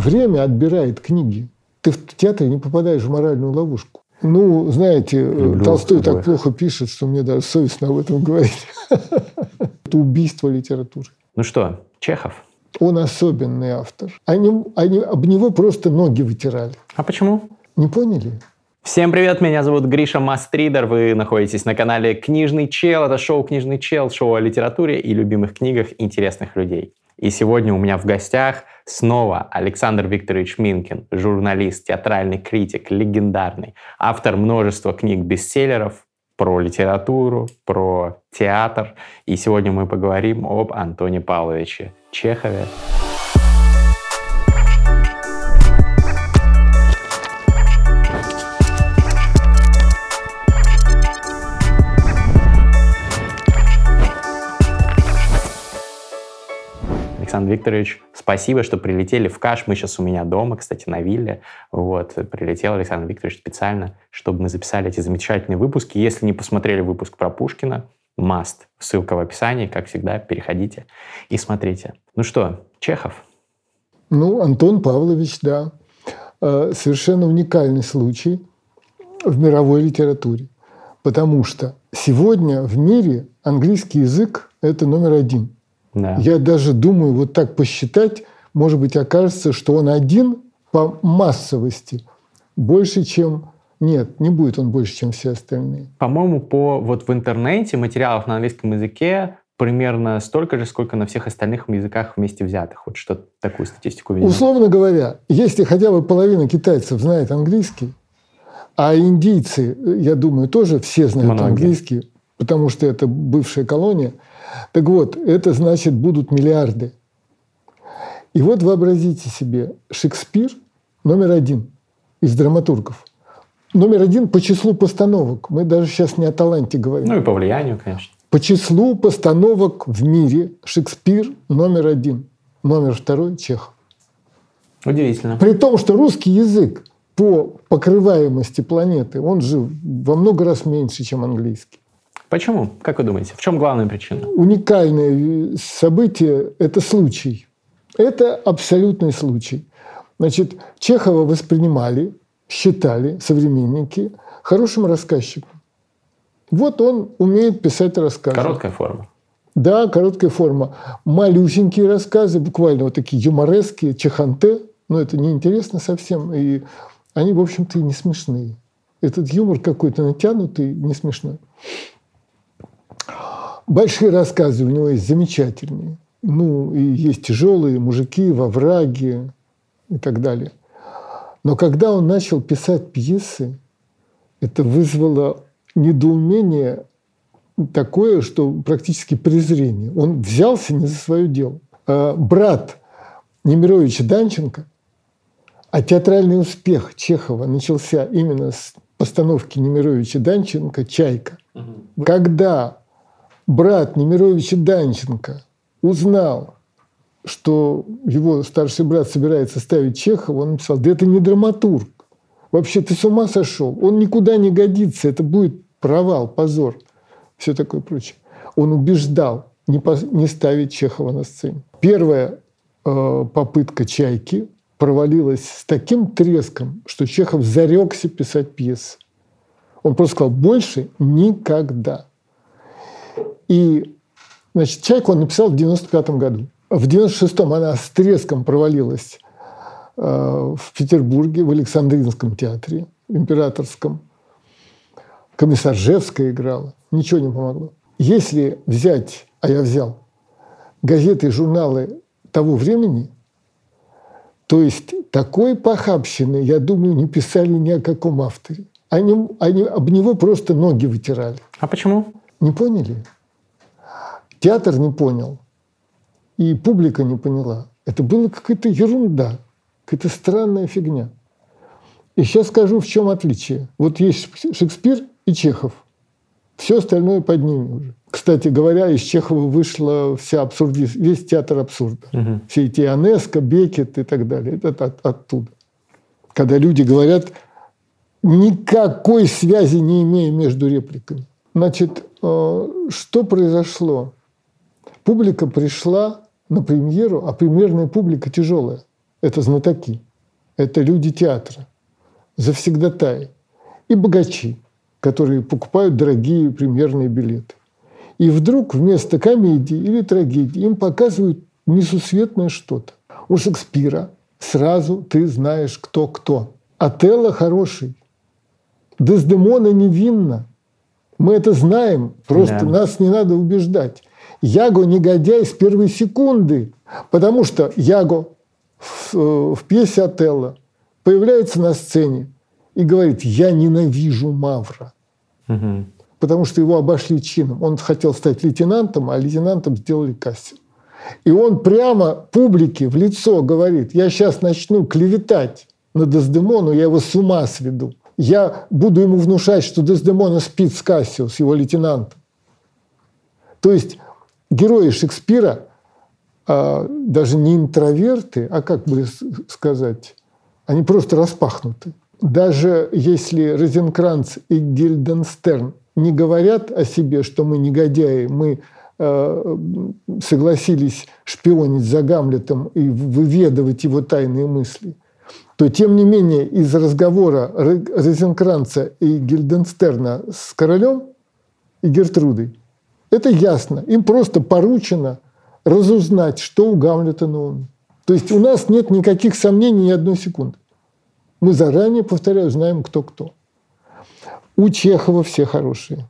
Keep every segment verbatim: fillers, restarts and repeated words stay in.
время отбирает книги. Ты в театре не попадаешь в моральную ловушку. Ну, знаете, Люблю Толстой так обоих. плохо пишет, что мне даже совестно об этом говорить. Это убийство литературы. Ну что, Чехов? Он особенный автор. Они, они об него просто ноги вытирали. А почему? Не поняли? Всем привет, меня зовут Гриша Мастридер, вы находитесь на канале Книжный Чел, это шоу Книжный Чел, шоу о литературе и любимых книгах интересных людей. И сегодня у меня в гостях снова Александр Викторович Минкин, журналист, театральный критик, легендарный, автор множества книг-бестселлеров про литературу, про театр. И сегодня мы поговорим об Антоне Павловиче Чехове. Александр Викторович, спасибо, что прилетели в Каш. Мы сейчас у меня дома, кстати, на вилле. Вот, прилетел Александр Викторович специально, чтобы мы записали эти замечательные выпуски. Если не посмотрели выпуск про Пушкина, must. Ссылка в описании, как всегда, переходите и смотрите. Ну что, Чехов? Ну, Антон Павлович, да. Совершенно уникальный случай в мировой литературе. Потому что сегодня в мире английский язык – это номер один. Да. Я даже думаю, вот так посчитать, может быть, окажется, что он один по массовости больше, чем... Нет, не будет он больше, чем все остальные. По-моему, по вот в интернете материалов на английском языке примерно столько же, сколько на всех остальных языках вместе взятых. Вот что-то такую статистику видел. Условно говоря, если хотя бы половина китайцев знает английский, а индийцы, я думаю, тоже все знают Многие. английский, потому что это бывшая колония, так вот, это значит, будут миллиарды. И вот вообразите себе, Шекспир номер один из драматургов. Номер один по числу постановок. Мы даже сейчас не о таланте говорим. Ну и по влиянию, конечно. По числу постановок в мире Шекспир номер один. Номер второй – Чехов. Удивительно. При том, что русский язык по покрываемости планеты, он же во много раз меньше, чем английский. Почему? Как вы думаете? В чем главная причина? Уникальное событие – это случай. Это абсолютный случай. Значит, Чехова воспринимали, считали современники хорошим рассказчиком. Вот он умеет писать рассказы. Короткая форма. Да, короткая форма. Малюсенькие рассказы, буквально вот такие юмореские, чеханте. Но это неинтересно совсем. И они, в общем-то, и не смешные. Этот юмор какой-то натянутый, не смешной. Большие рассказы у него есть замечательные. Ну, и есть тяжелые «Мужики во враге» и так далее. Но когда он начал писать пьесы, это вызвало недоумение такое, что практически презрение. Он взялся не за свое дело. Брат Немировича Данченко, а театральный успех Чехова начался именно с постановки Немировича Данченко «Чайка». Угу. Когда брат Немировича Данченко узнал, что его старший брат собирается ставить Чехова, он написал: да это не драматург. Вообще ты с ума сошел. Он никуда не годится. Это будет провал, позор. Все такое прочее. Он убеждал не, по, не ставить Чехова на сцене. Первая э, попытка «Чайки» провалилась с таким треском, что Чехов зарекся писать пьесы. Он просто сказал: больше никогда. И, значит, «Чайку» он написал в девяносто пятом году. В девяносто шестом она с треском провалилась э, в Петербурге, в Александринском театре, императорском. Комиссаржевская играла. Ничего не помогло. Если взять, а я взял, газеты и журналы того времени, то есть такой похабщины, я думаю, не писали ни о каком авторе. Они, они об него просто ноги вытирали. А почему? Не поняли? Театр не понял. И публика не поняла. Это была какая-то ерунда, какая-то странная фигня. И сейчас скажу, в чем отличие. Вот есть Шекспир и Чехов. Все остальное под ними уже. Кстати говоря, из Чехова вышла вся абсурди... весь театр абсурда. Угу. Все эти Ионеско, Беккет и так далее. Это от, оттуда. Когда люди говорят, никакой связи не имея между репликами. Значит, что произошло? Публика пришла на премьеру, а премьерная публика тяжелая. это знатоки, это люди театра, завсегдатаи и богачи, которые покупают дорогие премьерные билеты. И вдруг вместо комедии или трагедии им показывают несусветное что-то. У Шекспира сразу ты знаешь, кто кто. Отелло хороший, Дездемона невинна. Мы это знаем, просто да. Нас не надо убеждать. Яго негодяй с первой секунды, потому что Яго в, в пьесе Отелло появляется на сцене и говорит: «Я ненавижу Мавра». Угу. Потому что его обошли чином. Он хотел стать лейтенантом, а лейтенантом сделали Кассио. И он прямо публике в лицо говорит: «Я сейчас начну клеветать на Дездемону, я его с ума сведу. Я буду ему внушать, что Дездемона спит с Кассио, с его лейтенантом». То есть герои Шекспира а, даже не интроверты, а как бы сказать, они просто распахнуты. Даже если Розенкранц и Гильденстерн не говорят о себе, что мы негодяи, мы э, согласились шпионить за Гамлетом и выведывать его тайные мысли, то, тем не менее, из разговора Розенкранца и Гильденстерна с королем и Гертрудой это ясно. Им просто поручено разузнать, что у Гамлета на уме. То есть у нас нет никаких сомнений ни одной секунды. Мы заранее, повторяю, знаем, кто кто. У Чехова все хорошие.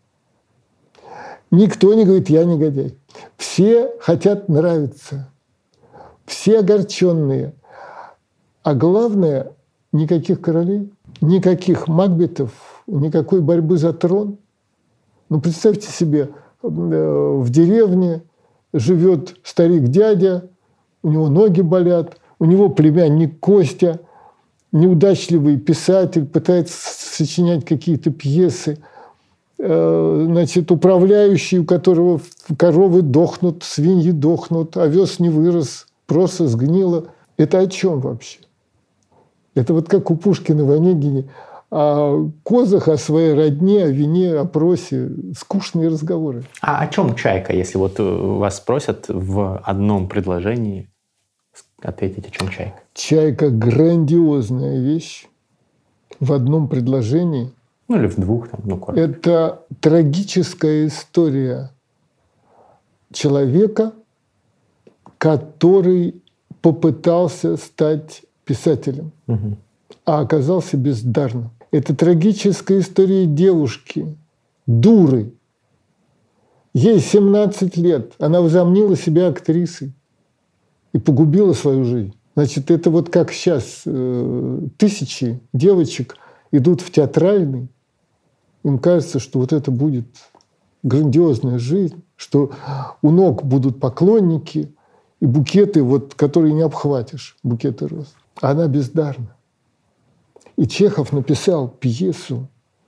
Никто не говорит: «Я негодяй». Все хотят нравиться. Все огорченные. А главное, никаких королей, никаких Макбетов, никакой борьбы за трон. Ну, представьте себе, в деревне живет старик-дядя, у него ноги болят, у него племянник Костя, неудачливый писатель, пытается сочинять какие-то пьесы. Значит, управляющий, у которого коровы дохнут, свиньи дохнут, овес не вырос, просто сгнило. Это о чем вообще? Это вот как у Пушкина в «Онегине» о козах, о своей родне, о вине, о просе. Скучные разговоры. А о чем «Чайка», если вот вас спросят в одном предложении ответить, о чем «Чайка»? «Чайка» – грандиозная вещь в одном предложении. Ну или в двух. Там, ну, коротко. Это трагическая история человека, который попытался стать писателем, угу. а оказался бездарным. Это трагическая история девушки, дуры. Ей семнадцать лет, она возомнила себя актрисой и погубила свою жизнь. Значит, это вот как сейчас э, тысячи девочек идут в театральный, им кажется, что вот это будет грандиозная жизнь, что у ног будут поклонники и букеты, вот, которые не обхватишь, букеты роз. А она бездарна. И Чехов написал пьесу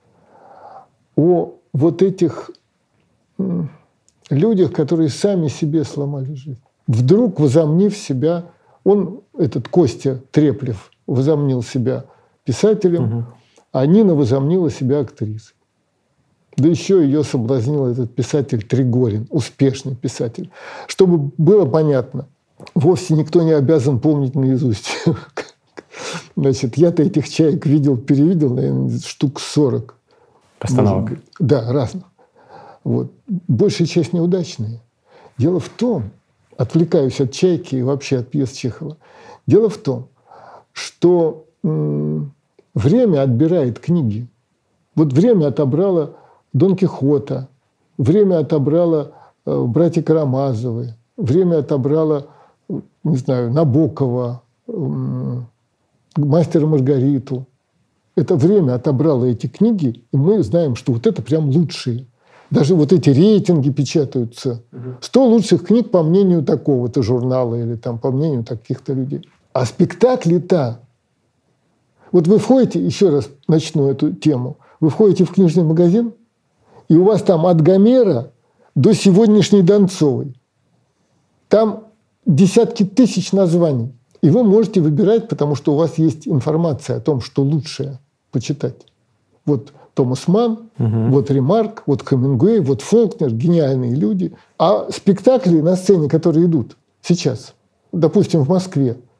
о вот этих людях, которые сами себе сломали жизнь. Вдруг, возомнив себя, он, этот Костя Треплев, возомнил себя писателем, угу. а Нина возомнила себя актрисой. Да еще ее соблазнил этот писатель Тригорин, успешный писатель. Чтобы было понятно, вовсе никто не обязан помнить наизусть. Значит, я-то этих чаек видел, перевидел, наверное, штук сорок. Постановок. Да, разных. Вот. Большая часть неудачные. Дело в том, отвлекаюсь от «Чайки» и вообще от пьес Чехова, дело в том, что м- время отбирает книги. Вот время отобрало Дон Кихота, время отобрало э, братья Карамазовы, время отобрало, не знаю, Набокова, э, Мастера и Маргариту. Это время отобрало эти книги, и мы знаем, что вот это прям лучшие. Даже вот эти рейтинги печатаются. сто лучших книг по мнению такого-то журнала или там, по мнению таких-то людей. А спектакли-то... Вот вы входите, еще раз начну эту тему, вы входите в книжный магазин, и у вас там от Гомера до сегодняшней Донцовой. Там десятки тысяч названий. И вы можете выбирать, потому что у вас есть информация о том, что лучшее почитать. Вот Томас Манн, угу. вот Ремарк, вот Хемингуэй, вот Фолкнер, гениальные люди. А спектакли на сцене, которые идут сейчас, допустим, в Москве,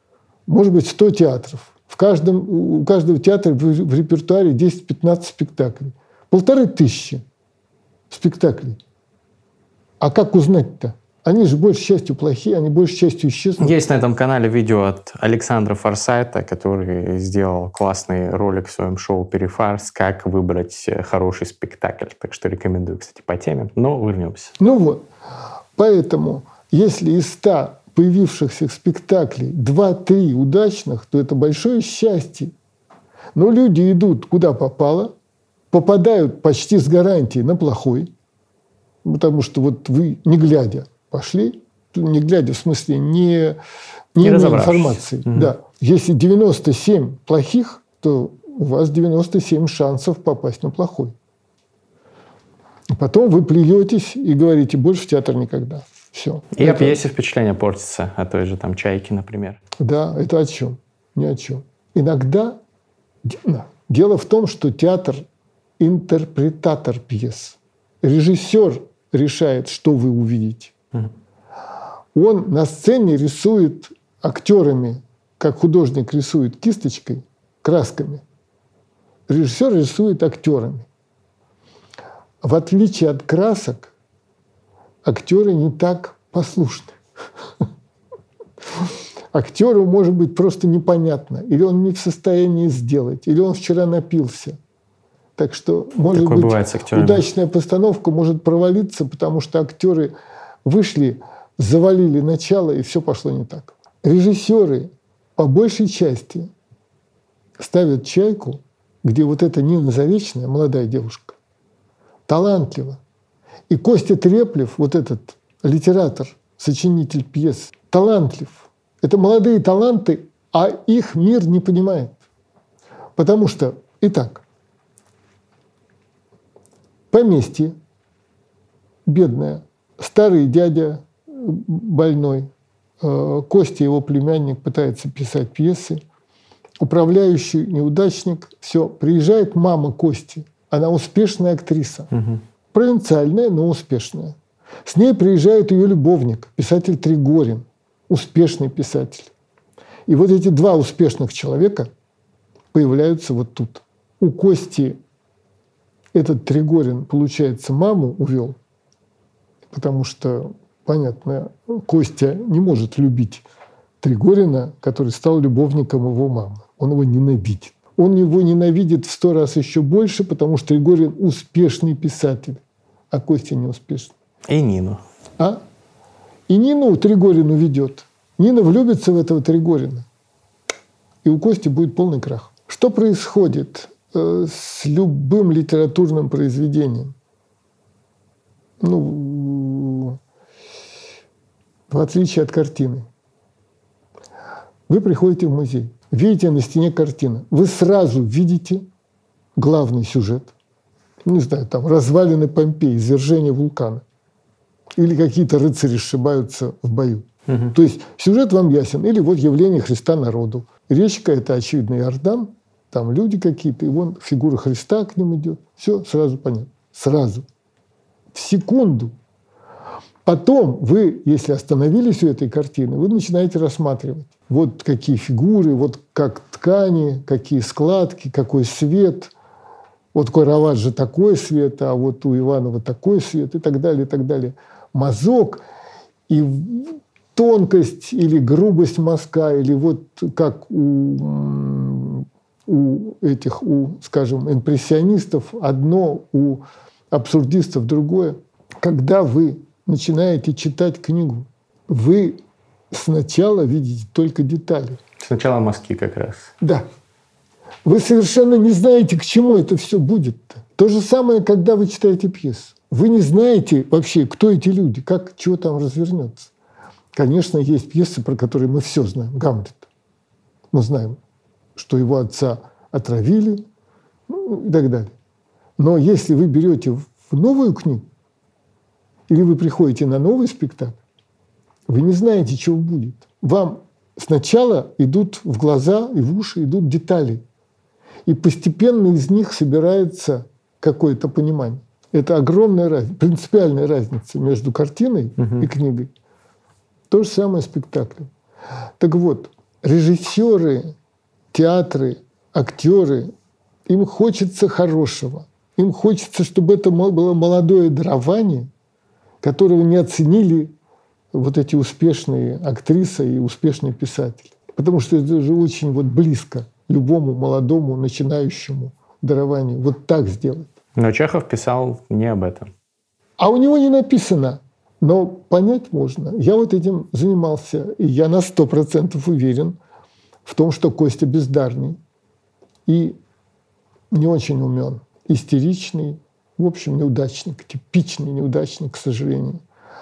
может быть, сто театров. В каждом, у каждого театра в, в репертуаре десять-пятнадцать спектаклей. Полторы тысячи спектаклей. А как узнать-то? Они же большей частью плохие, они большей частью исчезнут. Есть на этом канале видео от Александра Форсайта, который сделал классный ролик в своем шоу «Перефарс», как выбрать хороший спектакль. Так что рекомендую, кстати, по теме. Но вернемся. Ну вот. Поэтому, если из ста появившихся спектаклей два-три удачных, то это большое счастье. Но люди идут куда попало, попадают почти с гарантией на плохой, потому что вот вы, не глядя, пошли, не глядя, в смысле, не, не, не имея информации. Mm-hmm. Да. Если девяносто семь плохих, то у вас девяносто семь шансов попасть на плохой. Потом вы плюетесь и говорите: больше в театр никогда. Все. И это... о пьесе впечатление портится, о той же там «Чайке», например. Да, это о чем? Ни о чем. Иногда дело в том, что театр – интерпретатор пьес. Режиссер решает, что вы увидите. Mm. Он на сцене рисует актерами, как художник рисует кисточкой, красками. Режиссер рисует актерами. В отличие от красок, актеры не так послушны. Актеру может быть просто непонятно, или он не в состоянии сделать, или он вчера напился. Так что, может Такое быть, удачная постановка может провалиться, потому что актеры вышли, завалили начало, и все пошло не так. Режиссеры по большей части ставят «Чайку», где вот эта Нина Заречная, молодая девушка, талантлива. И Костя Треплев, вот этот литератор, сочинитель пьес, талантлив. Это молодые таланты, а их мир не понимает. Потому что, итак, поместье, бедное, старый дядя больной, Костя, его племянник, пытается писать пьесы, управляющий неудачник, все, приезжает мама Кости, она успешная актриса, угу. провинциальная, но успешная. С ней приезжает ее любовник, писатель Тригорин, успешный писатель. И вот эти два успешных человека появляются вот тут. У Кости этот Тригорин, получается, маму увел, потому что, понятно, Костя не может любить Тригорина, который стал любовником его мамы. Он его ненавидит. Он его ненавидит в сто раз еще больше, потому что Тригорин успешный писатель, а Костя не успешный. И Нину. А? И Нину Тригорин уведет. Нина влюбится в этого Тригорина. И у Кости будет полный крах. Что происходит э, с любым литературным произведением? Ну, в отличие от картины. Вы приходите в музей, видите на стене картину. Вы сразу видите главный сюжет. Не знаю, там развалины Помпеи, извержение вулкана. Или какие-то рыцари сшибаются в бою. Угу. То есть сюжет вам ясен. Или вот явление Христа народу. Речка – это, очевидно, Иордан. Там люди какие-то. И вон фигура Христа к ним идет. Все сразу понятно. Сразу. В секунду. Потом вы, если остановились у этой картины, вы начинаете рассматривать. Вот какие фигуры, вот как ткани, какие складки, какой свет. Вот у Караваджо такой свет, а вот у Иванова такой свет и так далее, и так далее. Мазок и тонкость или грубость мазка, или вот как у, у этих, у, скажем, импрессионистов одно, у абсурдистов другое. Когда вы начинаете читать книгу, вы сначала видите только детали. Сначала мазки как раз. Да. Вы совершенно не знаете, к чему это все будет-то. То же самое, когда вы читаете пьесу. Вы не знаете вообще, кто эти люди, как, чего там развернется. Конечно, есть пьесы, про которые мы все знаем. Гамлет. Мы знаем, что его отца отравили, ну, и так далее. Но если вы берете в новую книгу, или вы приходите на новый спектакль, вы не знаете, чего будет. Вам сначала идут в глаза и в уши идут детали. И постепенно из них собирается какое-то понимание. Это огромная разница, принципиальная разница между картиной угу. и книгой. То же самое с спектаклем. Так вот, режиссеры, театры, актеры, им хочется хорошего. Им хочется, чтобы это было молодое дарование, которого не оценили вот эти успешные актрисы и успешные писатели. Потому что это же очень вот близко любому молодому начинающему дарованию. Вот так сделать. Но Чехов писал не об этом. А у него не написано. Но понять можно. Я вот этим занимался. И я на сто процентов уверен в том, что Костя бездарный. И не очень умен. Истеричный. В общем, неудачник. Типичный неудачник, к сожалению.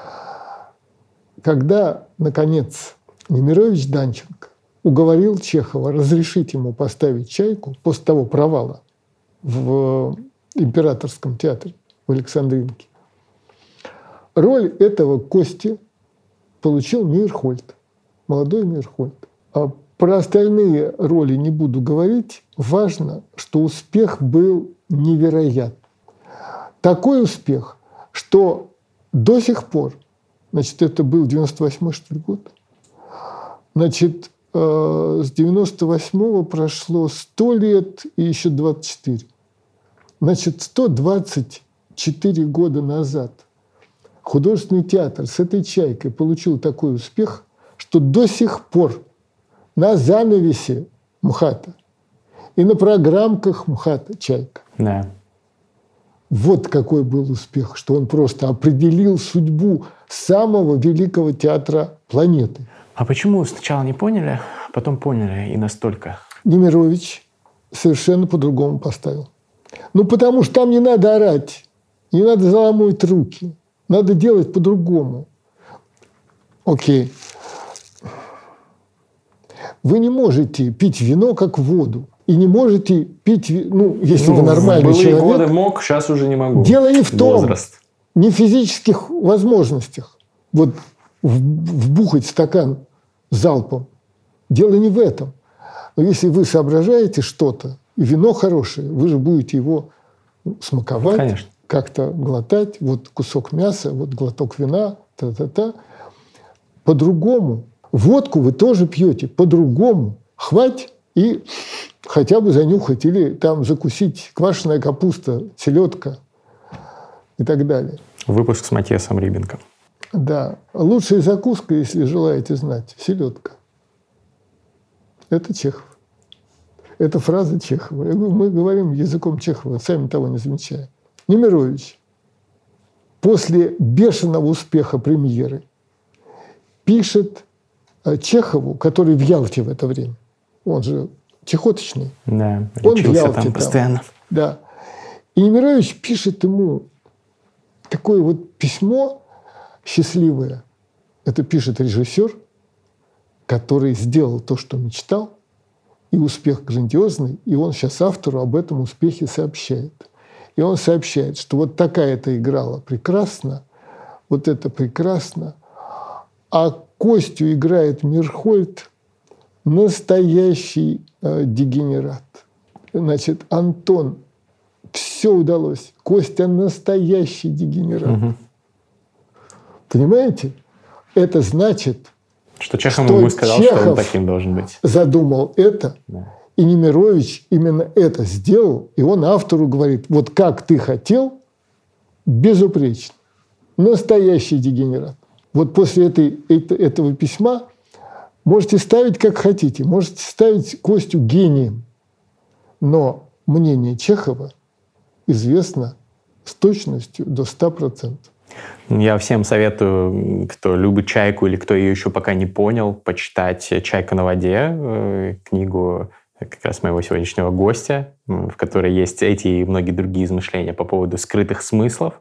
Когда, наконец, Немирович Данченко уговорил Чехова разрешить ему поставить «Чайку» после того провала в Императорском театре в Александринке, роль этого Кости получил Мейерхольд, молодой Мейерхольд. А про остальные роли не буду говорить. Важно, что успех был невероятный. Такой успех, что до сих пор, значит, это был девяносто восьмой, что ли, год, значит, с девяносто восьмого прошло сто лет и еще двадцать четыре. Значит, сто двадцать четыре года назад художественный театр с этой «Чайкой» получил такой успех, что до сих пор на занавесе МХАТа и на программках МХАТа «Чайка». Да. Вот какой был успех, что он просто определил судьбу самого великого театра планеты. А почему сначала не поняли, а потом поняли и настолько? Немирович совершенно по-другому поставил. Ну, потому что там не надо орать, не надо заламывать руки. Надо делать по-другому. Окей. Вы не можете пить вино как воду. И не можете пить, ну, если ну, вы нормальный в человек. годы мог, сейчас уже не могу. Дело не в том, Возраст. не в физических возможностях. Вот вбухать стакан залпом. Дело не в этом. Но если вы соображаете что-то, и вино хорошее, вы же будете его смаковать, конечно, как-то глотать. Вот кусок мяса, вот глоток вина, та-та-та. По-другому. Водку вы тоже пьете по-другому. Хвать и хотя бы занюхать или там закусить квашеная капуста, селедка и так далее. Выпуск с Матиасом Рибенко. Да. Лучшая закуска, если желаете знать, селедка. Это Чехов. Это фраза Чехова. Мы говорим языком Чехова, сами того не замечая. Немирович после бешеного успеха премьеры пишет Чехову, который в Ялте в это время. Он же чехоточный. Да, он в Ялте там, там постоянно. Да. И Немирович пишет ему такое вот письмо счастливое. Это пишет режиссер, который сделал то, что мечтал, и успех грандиозный, и он сейчас автору об этом успехе сообщает. И он сообщает, что вот такая-то играла прекрасно, вот это прекрасно, а Костю играет Мейерхольд, настоящий э, дегенерат. Значит, Антон, все удалось. Костя настоящий дегенерат. Угу. Понимаете? Это значит, что Чехов ему сказал, Чехов что он таким должен быть. Задумал это, да. И Немирович именно это сделал, и он автору говорит, вот как ты хотел, безупречно. Настоящий дегенерат. Вот после этой, это, этого письма можете ставить как хотите, можете ставить Костю гением, но мнение Чехова известно с точностью до ста процентов. Я всем советую, кто любит «Чайку» или кто ее еще пока не понял, почитать «Чайка на воде», книгу как раз моего сегодняшнего гостя, в которой есть эти и многие другие измышления по поводу скрытых смыслов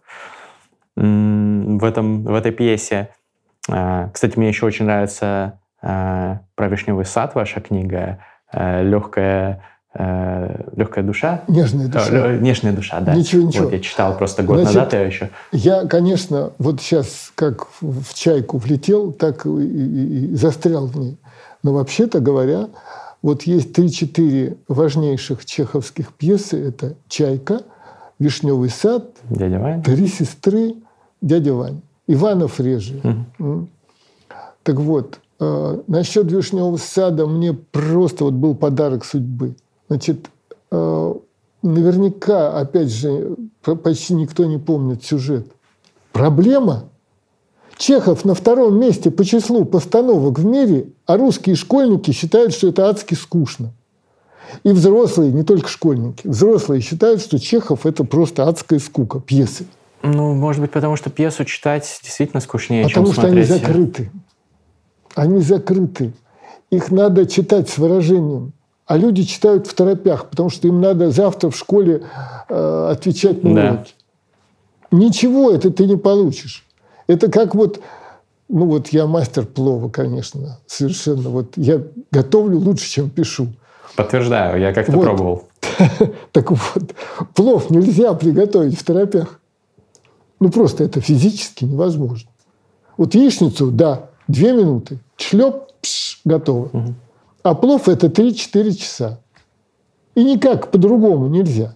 в, этом, в этой пьесе. Кстати, мне еще очень нравится про «Вишневый сад» ваша книга, легкая, легкая душа. Нежная душа. Нежная душа, да. Ничего, ничего. Вот я читал просто год Значит, назад, я еще... Я, конечно, вот сейчас как в «Чайку» влетел, так и, и, и застрял в ней. Но вообще-то говоря, вот есть три-четыре важнейших чеховских пьесы. Это «Чайка», «Вишневый сад», «Дядя Ваня», «Три сестры», «Дядя Ваня». Иванов реже. Угу. Так вот, э, насчет «Вишневого сада» мне просто вот был подарок судьбы. Значит, э, наверняка, опять же, почти никто не помнит сюжет. Проблема? Чехов на втором месте по числу постановок в мире, а русские школьники считают, что это адски скучно. И взрослые, не только школьники, взрослые считают, что Чехов – это просто адская скука, пьесы. Ну, может быть, потому что пьесу читать действительно скучнее, потому чем что смотреть. Они закрыты. Они закрыты. Их надо читать с выражением. А люди читают в торопях, потому что им надо завтра в школе э, отвечать на да. уроки. Ничего это ты не получишь. Это как вот, ну вот я мастер плова, конечно, совершенно. Вот я готовлю лучше, чем пишу. Подтверждаю, я как-то вот. пробовал. Так вот, плов нельзя приготовить в торопях. Ну просто это физически невозможно. Вот яичницу, да, две минуты, шлеп, пш, готово. Угу. А плов – это три-четыре часа. И никак по-другому нельзя.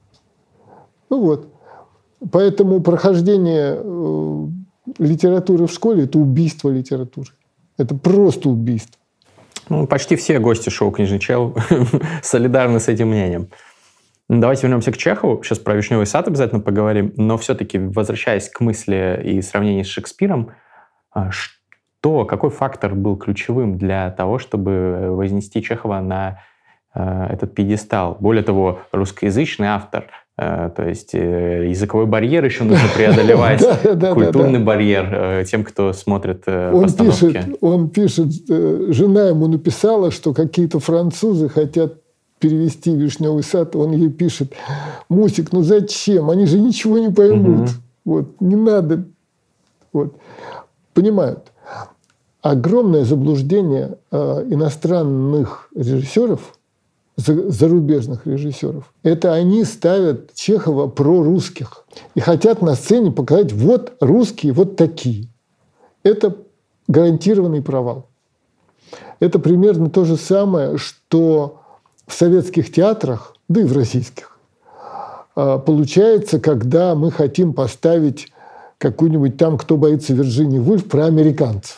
Ну вот. Поэтому прохождение э, литературы в школе – это убийство литературы. Это просто убийство. Ну, почти все гости шоу «Книжный чел» солидарны с этим мнением. Давайте вернемся к Чехову. Сейчас про «Вишневый сад» обязательно поговорим. Но все-таки, возвращаясь к мысли и сравнению с Шекспиром, что, какой фактор был ключевым для того, чтобы вознести Чехова на э, этот пьедестал? Более того, русскоязычный автор, э, то есть э, языковой барьер еще нужно преодолевать, культурный барьер тем, кто смотрит постановки. Он пишет, жена ему написала, что какие-то французы хотят перевести «Вишневый сад». Он ей пишет: «Мусик, ну зачем? Они же ничего не поймут. Вот, не надо». Вот. Понимают. Огромное заблуждение э, иностранных режиссеров, за, зарубежных режиссеров, это они ставят Чехова прорусских и хотят на сцене показать: вот русские, вот такие. Это гарантированный провал. Это примерно то же самое, что в советских театрах, да и в российских, э, получается, когда мы хотим поставить какую-нибудь там «Кто боится Вирджинии Вульф» про американцев.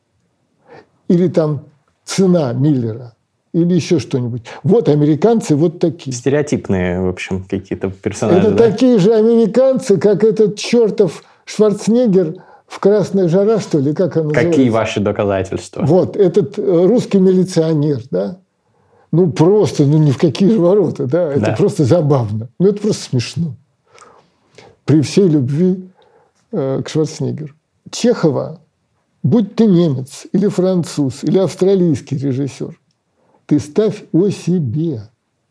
Или там «Цена» Миллера. Или еще что-нибудь. Вот американцы вот такие. Стереотипные, в общем, какие-то персонажи. Это да? такие же американцы, как этот чертов Шварценеггер в «Красная жара», что ли, как он называется? Какие ваши доказательства? Вот, этот русский милиционер, да? Ну, просто, ну, ни в какие же ворота, да? Это да. просто забавно. Ну, это просто смешно. При всей любви к Шварценеггеру. Чехова, будь ты немец, или француз, или австралийский режиссер, ты ставь о себе.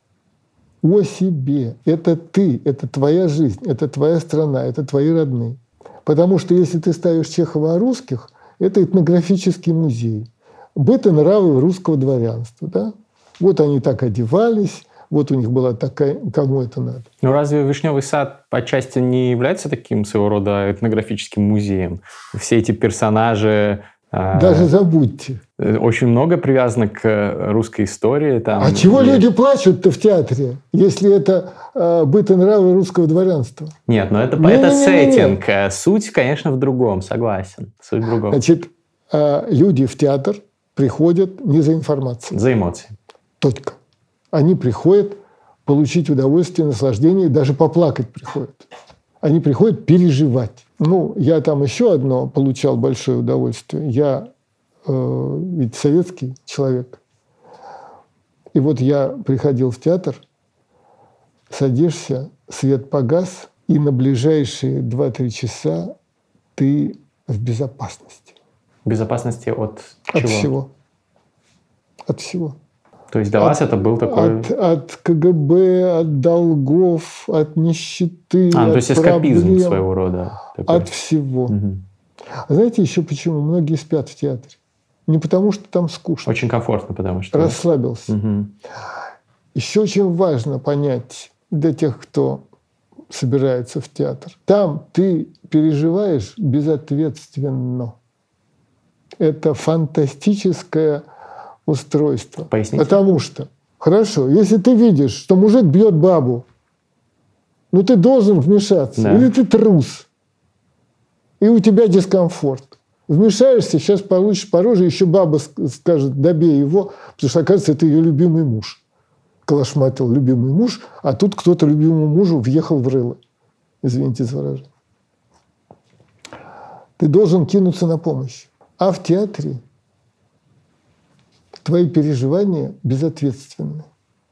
О себе. Это ты, это твоя жизнь, это твоя страна, это твои родные. Потому что если ты ставишь Чехова о русских, это этнографический музей. Быт и нравы русского дворянства. Да? Вот они так одевались, вот у них была такая, кому это надо. Ну разве «Вишневый сад» отчасти не является таким своего рода этнографическим музеем? Все эти персонажи... Даже забудьте. Очень много привязано к русской истории. Там, а чего и... люди плачут-то в театре, если это э, быт и нравы русского дворянства? Нет, ну это, не, это не, не, сеттинг. Не, не. Суть, конечно, в другом, согласен. Суть в другом. Значит, э, люди в театр приходят не за информацией. За эмоции. Точка. Они приходят получить удовольствие, наслаждение, даже поплакать приходят. Они приходят переживать. Ну, я там еще одно получал большое удовольствие. Я э, ведь советский человек. И вот я приходил в театр, садишься, свет погас, и на ближайшие два-три часа ты в безопасности. Безопасности от чего? От всего. От всего. То есть для от, вас это был такой... От, от КГБ, от долгов, от нищеты, а, от то есть проблем, эскапизм своего рода. Такой. От всего. Угу. А знаете еще почему? Многие спят в театре. Не потому, что там скучно. Очень комфортно, потому что... Расслабился. Угу. Еще очень важно понять для тех, кто собирается в театр. Там ты переживаешь безответственно. Это фантастическое устройство. Поясните. Потому что, хорошо, если ты видишь, что мужик бьет бабу, ну ты должен вмешаться. Да. Или ты трус. И у тебя дискомфорт. Вмешаешься, сейчас получишь по роже, еще баба скажет, добей его, потому что, оказывается, это ее любимый муж. Калашматил любимый муж, а тут кто-то любимому мужу въехал в рыло. Извините за выражение. Ты должен кинуться на помощь. А в театре твои переживания безответственны.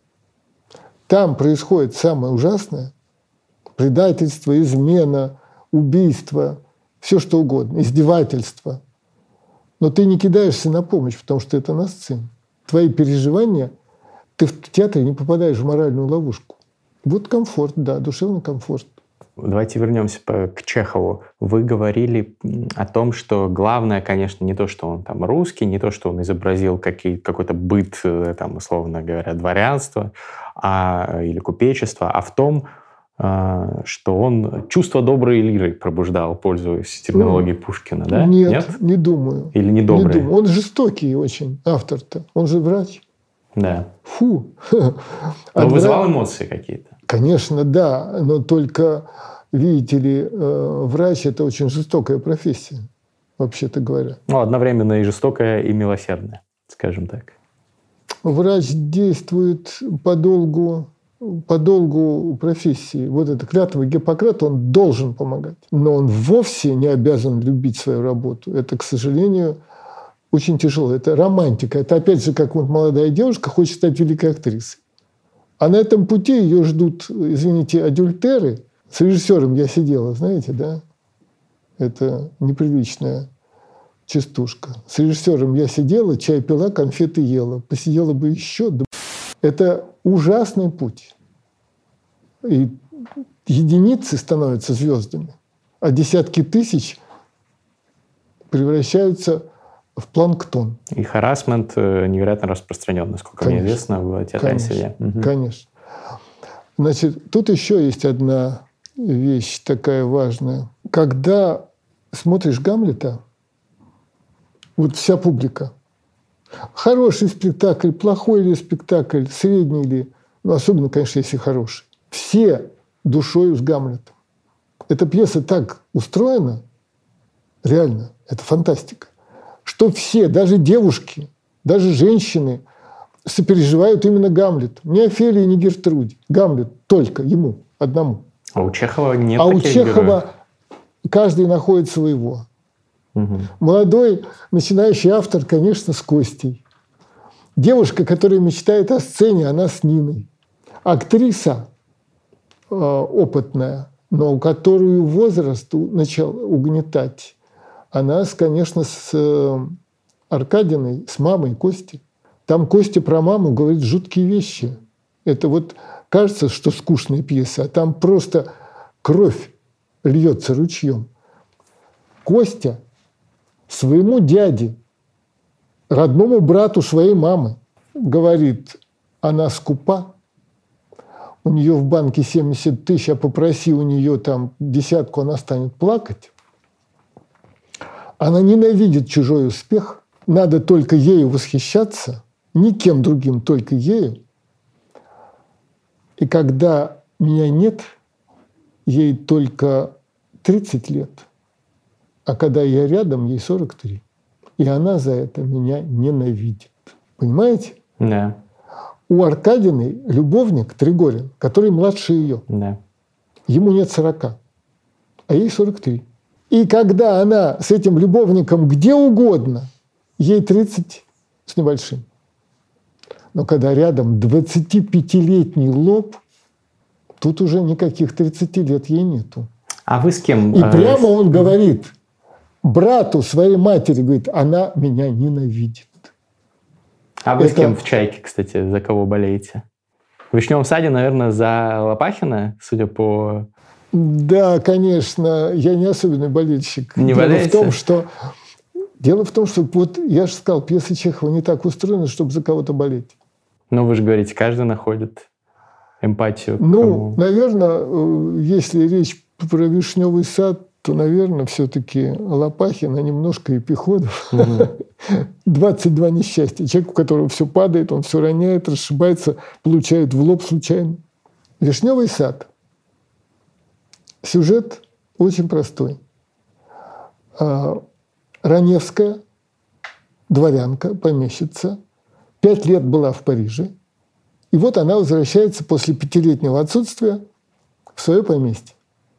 Там происходит самое ужасное – предательство, измена, убийство, все что угодно, издевательство. Но ты не кидаешься на помощь, потому что это на сцене. Твои переживания, ты в театре не попадаешь в моральную ловушку. Вот комфорт, да, душевный комфорт. Давайте вернемся к Чехову. Вы говорили о том, что главное, конечно, не то, что он там русский, не то, что он изобразил какие, какой-то быт, там, условно говоря, дворянства а, или купечества, а в том, что он чувство доброй лиры пробуждал, пользуясь терминологией Пушкина, да? Нет, нет? не думаю. Или не добрый? Не думаю. Он жестокий очень, автор-то. Он же врач. Да. Фу. Но вызывал эмоции какие-то? Конечно, да. Но только, видите ли, врач – это очень жестокая профессия, вообще-то говоря. Ну, одновременно и жестокая, и милосердная, скажем так. Врач действует по долгу, по долгу профессии. Вот эта клятва Гиппократа, он должен помогать. Но он вовсе не обязан любить свою работу. Это, к сожалению, очень тяжело. Это романтика. Это, опять же, как вот молодая девушка хочет стать великой актрисой. А на этом пути ее ждут, извините, адюльтеры. С режиссером я сидела, знаете, да? Это неприличная частушка. С режиссером я сидела, чай пила, конфеты ела. Посидела бы еще. Да... Это ужасный путь. И единицы становятся звездами, а десятки тысяч превращаются в планктон. И харассмент невероятно распространен, насколько конечно, мне известно, в театральной среде. Угу. Конечно. Значит, тут еще есть одна вещь такая важная. Когда смотришь Гамлета, вот вся публика, хороший спектакль, плохой ли спектакль, средний ли, ну, особенно, конечно, если хороший, все душою с Гамлетом. Эта пьеса так устроена, реально, это фантастика, что все, даже девушки, даже женщины сопереживают именно Гамлету. Не Офелии, не Гертруде. Гамлет только ему, одному. А у Чехова нет А таких у Чехова героев? Каждый находит своего. Угу. Молодой начинающий автор, конечно, с Костей. Девушка, которая мечтает о сцене, она с Ниной. Актриса э, опытная, но у которую возраст начал угнетать, она, конечно, с э, Аркадиной, с мамой Кости. Там Костя про маму говорит жуткие вещи. Это вот кажется, что скучная пьеса, а там просто кровь льется ручьем. Костя своему дяде, родному брату своей мамы, говорит, она скупа, у нее в банке семьдесят тысяч, а попроси у нее там десятку, она станет плакать. Она ненавидит чужой успех, надо только ею восхищаться, никем другим, только ею. И когда меня нет, ей только тридцать лет, а когда я рядом, ей сорок три. И она за это меня ненавидит. Понимаете? Да. У Аркадины любовник Тригорин, который младше ее. Да. Ему нет сорока, а ей сорок три. И когда она с этим любовником где угодно, ей тридцать с небольшим. Но когда рядом двадцатипятилетний лоб, тут уже никаких тридцати лет ей нету. А вы с кем? И прямо он говорит брату своей матери, говорит, она меня ненавидит. А вы Это... с кем в «Чайке», кстати, за кого болеете? В «Вишневом саде», наверное, за Лопахина, судя по... Да, конечно, я не особенный болельщик. Не Дело болеете? в том, что Дело в том, что вот я же сказал, пьеса Чехова не так устроена, чтобы за кого-то болеть. Ну, вы же говорите, каждый находит эмпатию. Ну, кому... наверное, если речь про «Вишневый сад», то, наверное, все-таки Лопахин, а немножко и Пехотов. двадцать два несчастья. Человек, у которого все падает, он все роняет, расшибается, получает в лоб случайно. «Вишневый сад». Сюжет очень простой. Раневская, дворянка, помещица, пять лет была в Париже. И вот она возвращается после пятилетнего отсутствия в свое поместье.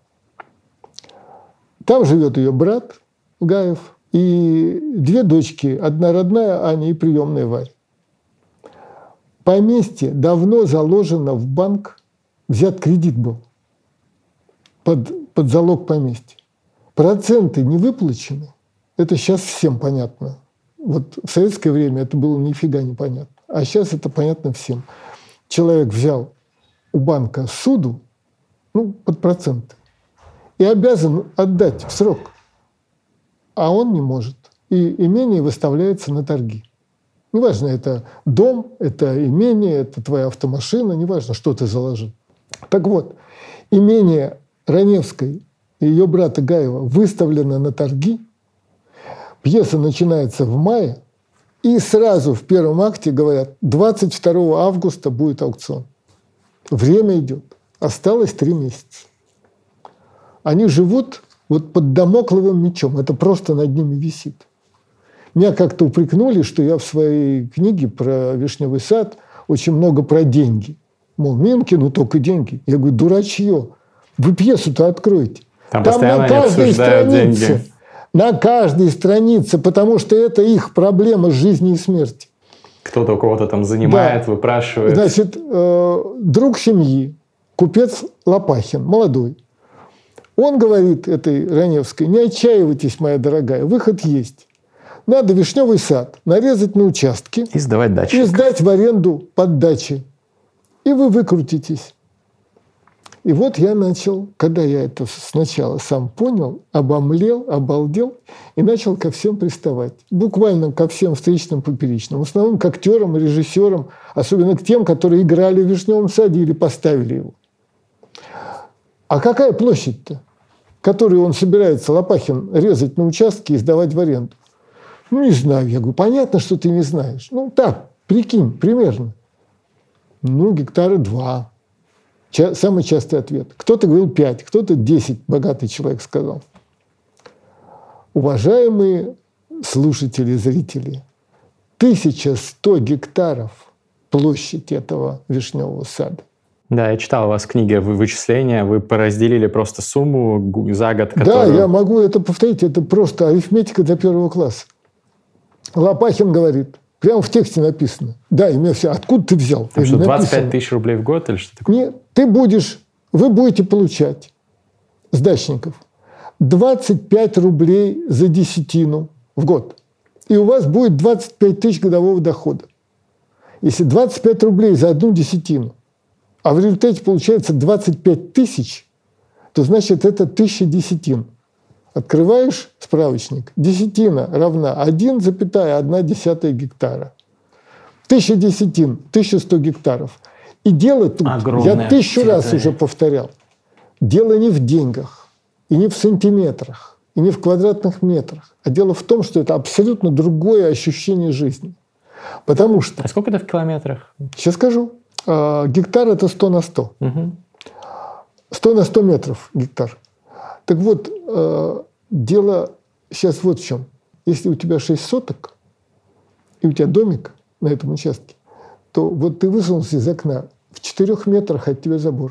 Там живет ее брат Гаев и две дочки, одна родная Аня и приемная Варя. Поместье давно заложено в банк, взят кредит был под, под залог поместья. Проценты не выплачены. Это сейчас всем понятно. Вот в советское время это было нифига не понятно. А сейчас это понятно всем. Человек взял у банка суду, ну, под проценты, и обязан отдать в срок. А он не может. И имение выставляется на торги. Неважно, это дом, это имение, это твоя автомашина, неважно, что ты заложил. Так вот, имение Раневской и ее брата Гаева выставлено на торги. Пьеса начинается в мае, и сразу в первом акте говорят, двадцать второго августа будет аукцион. Время идет. Осталось три месяца. Они живут вот под дамокловым мечом. Это просто над ними висит. Меня как-то упрекнули, что я в своей книге про «Вишневый сад» очень много про деньги. Мол, Минкину только деньги. Я говорю, дурачье. Вы пьесу-то откройте. Там, Там на каждой странице, деньги. на каждой странице, потому что это их проблема жизни и смерти. Кто-то у кого-то там занимает, да. выпрашивает. Значит, э, друг семьи, купец Лопахин, молодой, он говорит этой Раневской, не отчаивайтесь, моя дорогая, выход есть. Надо Вишневый сад нарезать на участки и сдавать дачи. И сдать в аренду под дачи. И вы выкрутитесь. И вот я начал, когда я это сначала сам понял, обомлел, обалдел и начал ко всем приставать. Буквально ко всем встречным, поперечным. В основном к актерам, режиссерам, особенно к тем, которые играли в Вишневом саде или поставили его. А какая площадь-то, которую он собирается, Лопахин, резать на участки и сдавать в аренду? Ну, не знаю. Я говорю, понятно, что ты не знаешь. Ну, так, прикинь, примерно. Ну, гектара два. Ча- самый частый ответ. Кто-то говорил пять, кто-то десять, богатый человек сказал. Уважаемые слушатели, зрители, тысяча сто гектаров площадь этого Вишневого сада. Да, я читал у вас книги вычисления, вы поразделили просто сумму за год, которую... Да, я могу это повторить, это просто арифметика для первого класса. Лопахин говорит, прямо в тексте написано. Да, и мне все, откуда ты взял? Там что, двадцать пять тысяч рублей в год или что такое? Нет, ты будешь, вы будете получать с дачников двадцать пять рублей за десятину в год. И у вас будет двадцать пять тысяч годового дохода. Если двадцать пять рублей за одну десятину, а в результате получается двадцать пять тысяч, то значит это тысяча десятин. Открываешь справочник, десятина равна один целых одна десятая гектара. Тысяча десятин, тысяча сто гектаров. И дело тут, огромное, я тысячу территория. раз уже повторял, дело не в деньгах, и не в сантиметрах, и не в квадратных метрах, а дело в том, что это абсолютно другое ощущение жизни. Потому что... А сколько это в километрах? Сейчас скажу. Гектар – это сто на сто. Угу. сто на сто метров гектар. Так вот, дело сейчас вот в чем. Если у тебя шесть соток, и у тебя домик на этом участке, то вот ты высунулся из окна, в четырех метрах от тебя забор.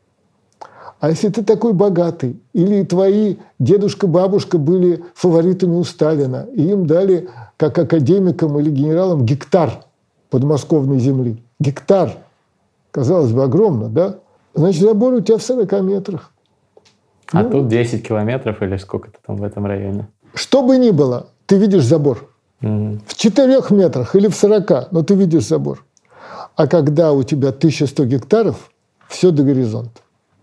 А если ты такой богатый, или твои дедушка, бабушка были фаворитами у Сталина, и им дали, как академикам или генералам, гектар подмосковной земли. Гектар. Казалось бы, огромно, да? Значит, забор у тебя в сорока метрах. А ну, тут десять километров или сколько-то там в этом районе? Что бы ни было, ты видишь забор. Угу. В четырех метрах или в сорока, но ты видишь забор. А когда у тебя тысяча сто гектаров, все до горизонта.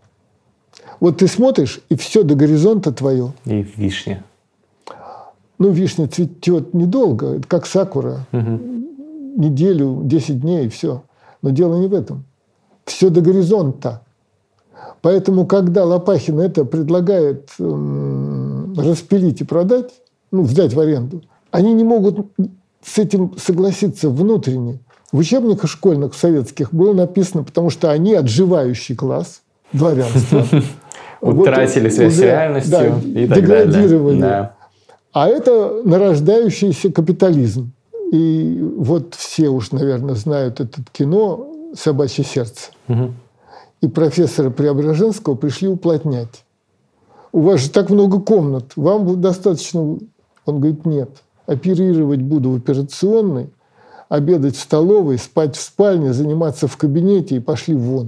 Вот ты смотришь, и все до горизонта твое. И вишня. Ну, вишня цветет недолго, это как сакура. Угу. Неделю, десять дней, и все. Но дело не в этом. Все до горизонта. Поэтому, когда Лопахин это предлагает эм, распилить и продать, ну, сдать в аренду, они не могут с этим согласиться внутренне. В учебниках школьных советских было написано, потому что они отживающий класс, дворянство. Утратили связь с реальностью и так далее. Деградировали. А это нарождающийся капитализм. И вот все уж, наверное, знают это кино «Собачье сердце». Угу. И профессора Преображенского пришли уплотнять. У вас же так много комнат, вам достаточно... Он говорит, нет, оперировать буду в операционной, обедать в столовой, спать в спальне, заниматься в кабинете и пошли вон.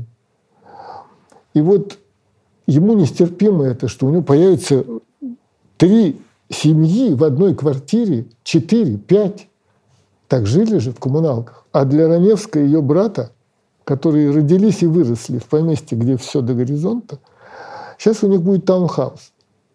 И вот ему нестерпимо это, что у него появится три семьи в одной квартире, четыре, пять. Так жили же в коммуналках. А для Раневской и ее брата, которые родились и выросли в поместье, где все до горизонта, сейчас у них будет таунхаус.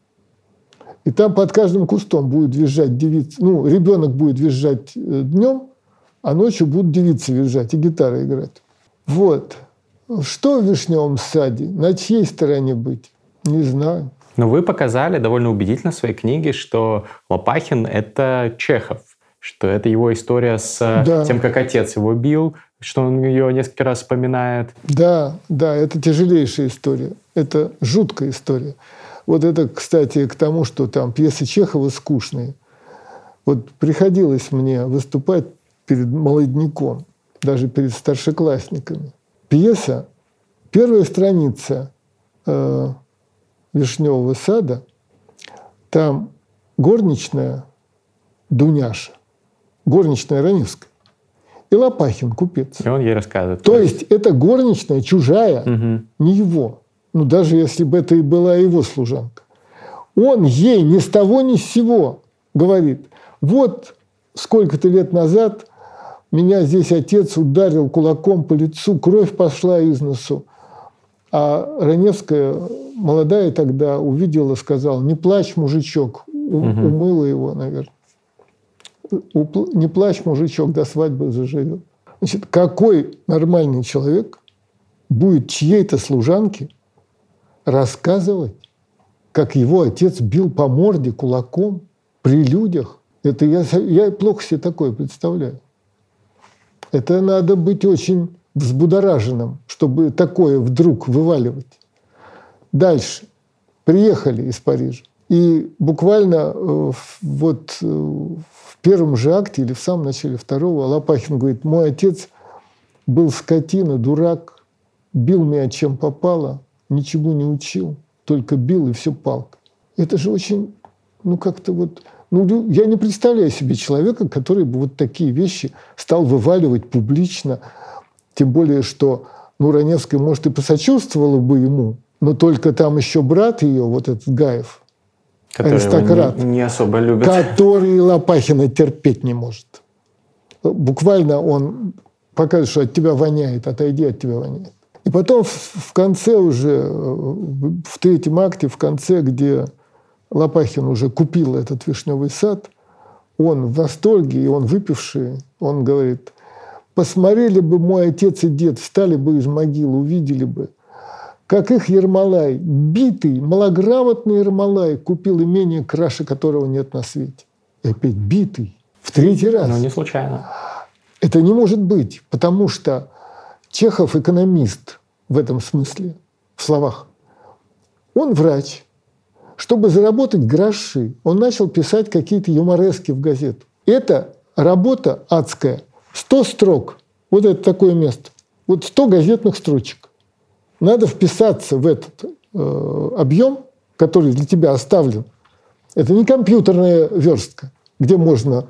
И там под каждым кустом будет визжать девица. Ну, ребенок будет визжать днем, а ночью будут девицы визжать и гитара играть. Вот. Что в «Вишневом саде»? На чьей стороне быть? Не знаю. Но вы показали довольно убедительно в своей книге, что Лопахин — это Чехов, что это его история с да. тем, как отец его бил, что он ее несколько раз вспоминает. Да, да, это тяжелейшая история. Это жуткая история. Вот это, кстати, к тому, что там пьесы Чехова скучные. Вот приходилось мне выступать перед молодняком, даже перед старшеклассниками. Пьеса, первая страница э, «Вишневого сада», там горничная Дуняша, горничная Раневская, и Лопахин, купец. И он ей рассказывает. То есть это горничная чужая, угу. не его. Ну, даже если бы это и была его служанка. Он ей ни с того ни с сего говорит, вот сколько-то лет назад меня здесь отец ударил кулаком по лицу, кровь пошла из носу. А Раневская, молодая тогда, увидела, сказала, не плачь, мужичок. У, угу. Умыла его, наверное. Не плачь, мужичок, до свадьбы заживет. Значит, какой нормальный человек будет чьей-то служанке рассказывать, как его отец бил по морде кулаком при людях? Это я, я плохо себе такое представляю. Это надо быть очень взбудораженным, чтобы такое вдруг вываливать. Дальше. Приехали из Парижа. И буквально э, вот э, в первом же акте или в самом начале второго Лопахин говорит, мой отец был скотина, дурак, бил меня чем попало, ничего не учил, только бил и все палка. Это же очень, ну как-то вот... Ну, я не представляю себе человека, который бы вот такие вещи стал вываливать публично. Тем более, что ну, Раневская, может, и посочувствовала бы ему, но только там еще брат ее, вот этот Гаев, который аристократ, не, не особо любит. Который Лопахина терпеть не может. Буквально он показывает, что от тебя воняет, отойди, от тебя воняет. И потом в конце уже, в третьем акте, в конце, где Лопахин уже купил этот «Вишневый сад», он в восторге, и он выпивший, он говорит, посмотрели бы мой отец и дед, встали бы из могилы, увидели бы, как их Ермолай, битый, малограмотный Ермолай, купил имение, краше которого нет на свете. И опять битый, в третий раз. Ну, не случайно. Это не может быть, потому что Чехов экономист в этом смысле, в словах. Он врач. Чтобы заработать гроши, он начал писать какие-то юморески в газету. Это работа адская. сто строк. Вот это такое место. Вот сто газетных строчек. Надо вписаться в этот э, объем, который для тебя оставлен. Это не компьютерная верстка, где можно...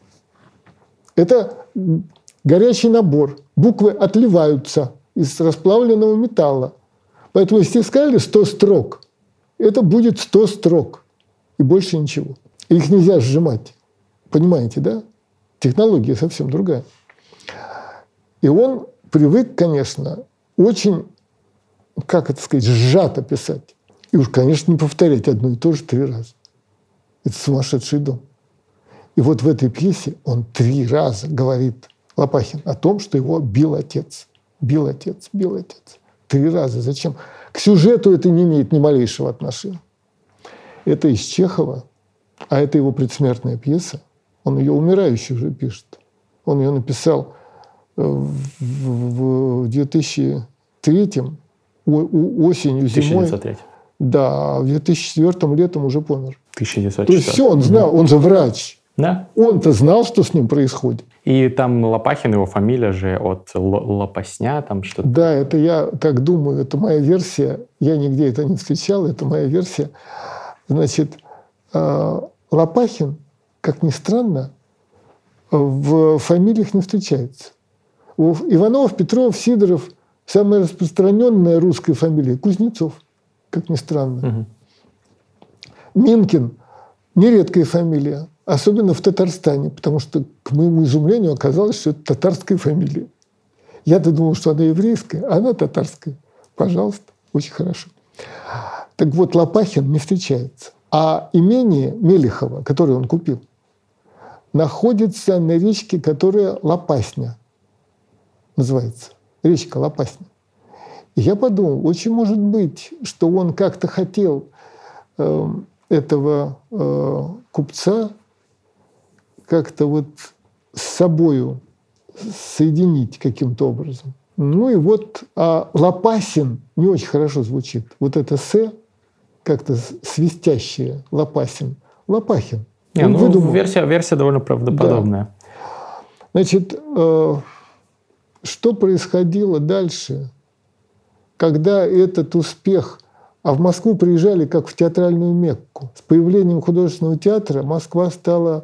Это горячий набор. Буквы отливаются из расплавленного металла. Поэтому, если сказали сто строк, это будет сто строк. И больше ничего. Их нельзя сжимать. Понимаете, да? Технология совсем другая. И он привык, конечно, очень, как это сказать, сжато писать. И уж, конечно, не повторять одно и то же три раза. Это сумасшедший дом. И вот в этой пьесе он три раза говорит, Лопахин, о том, что его бил отец. Бил отец, бил отец. Три раза. Зачем? К сюжету это не имеет ни малейшего отношения. Это из Чехова, а это его предсмертная пьеса. Он ее умирающий уже пишет. Он ее написал в две тысячи третьем, осенью, зимой. тысяча девятьсот третий. Да, в две тысячи четвёртом летом уже помер. тысяча девятьсот четвёртый. То есть все, он знал, он же врач. Да. Он-то знал, что с ним происходит. И там Лопахин, его фамилия же от Лопасня, там что-то. Да, это я так думаю, это моя версия. Я нигде это не встречал, это моя версия. Значит, Лопахин, как ни странно, в фамилиях не встречается. Иванов, Петров, Сидоров – самая распространенная русская фамилия. Кузнецов, как ни странно. Угу. Минкин – нередкая фамилия. Особенно в Татарстане, потому что, к моему изумлению, оказалось, что это татарская фамилия. Я-то думал, что она еврейская, а она татарская. Пожалуйста, очень хорошо. Так вот, Лопахин не встречается. А имение Мелихова, которое он купил, находится на речке, которая Лопасня называется. Речка Лопасня. И я подумал, очень может быть, что он как-то хотел э, этого э, купца как-то вот с собою соединить каким-то образом. Ну и вот, а Лопасин не очень хорошо звучит. Вот это «с» как-то свистящее, Лопасин. Лопахин. Не, ну, выдумал. Версия, версия довольно правдоподобная. Да. Значит, э, что происходило дальше, когда этот успех... А в Москву приезжали как в театральную Мекку. С появлением художественного театра Москва стала...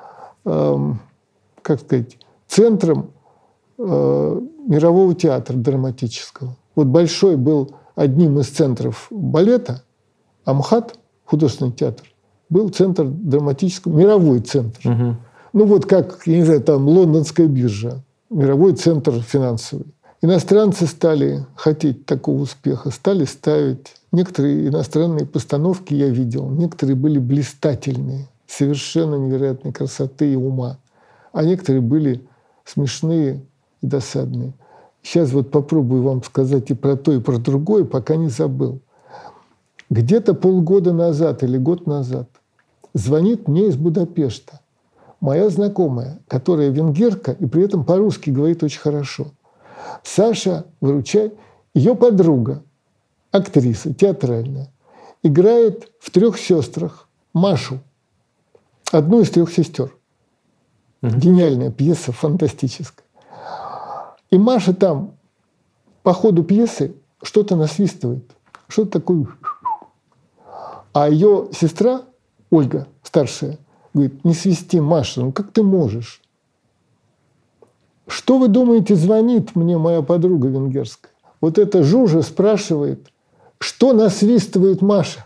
как сказать, центром э, мирового театра драматического. Вот Большой был одним из центров балета, а МХАТ, художественный театр, был центр драматического, мировой центр. Угу. Ну вот как, я не знаю, там лондонская биржа, мировой центр финансовый. Иностранцы стали хотеть такого успеха, стали ставить. Некоторые иностранные постановки я видел, некоторые были блистательные, совершенно невероятной красоты и ума. А некоторые были смешные и досадные. Сейчас вот попробую вам сказать и про то, и про другое, пока не забыл. Где-то полгода назад или год назад звонит мне из Будапешта моя знакомая, которая венгерка и при этом по-русски говорит очень хорошо. Саша, выручай, ее подруга, актриса театральная, играет в «Трех сестрах» Машу. Одну из трех сестер. Угу. Гениальная пьеса, фантастическая. И Маша там по ходу пьесы что-то насвистывает. Что-то такое. А ее сестра, Ольга, старшая, говорит, не свисти, Маша, ну как ты можешь? Что вы думаете, звонит мне моя подруга венгерская? Вот эта Жужа спрашивает, что насвистывает Маша?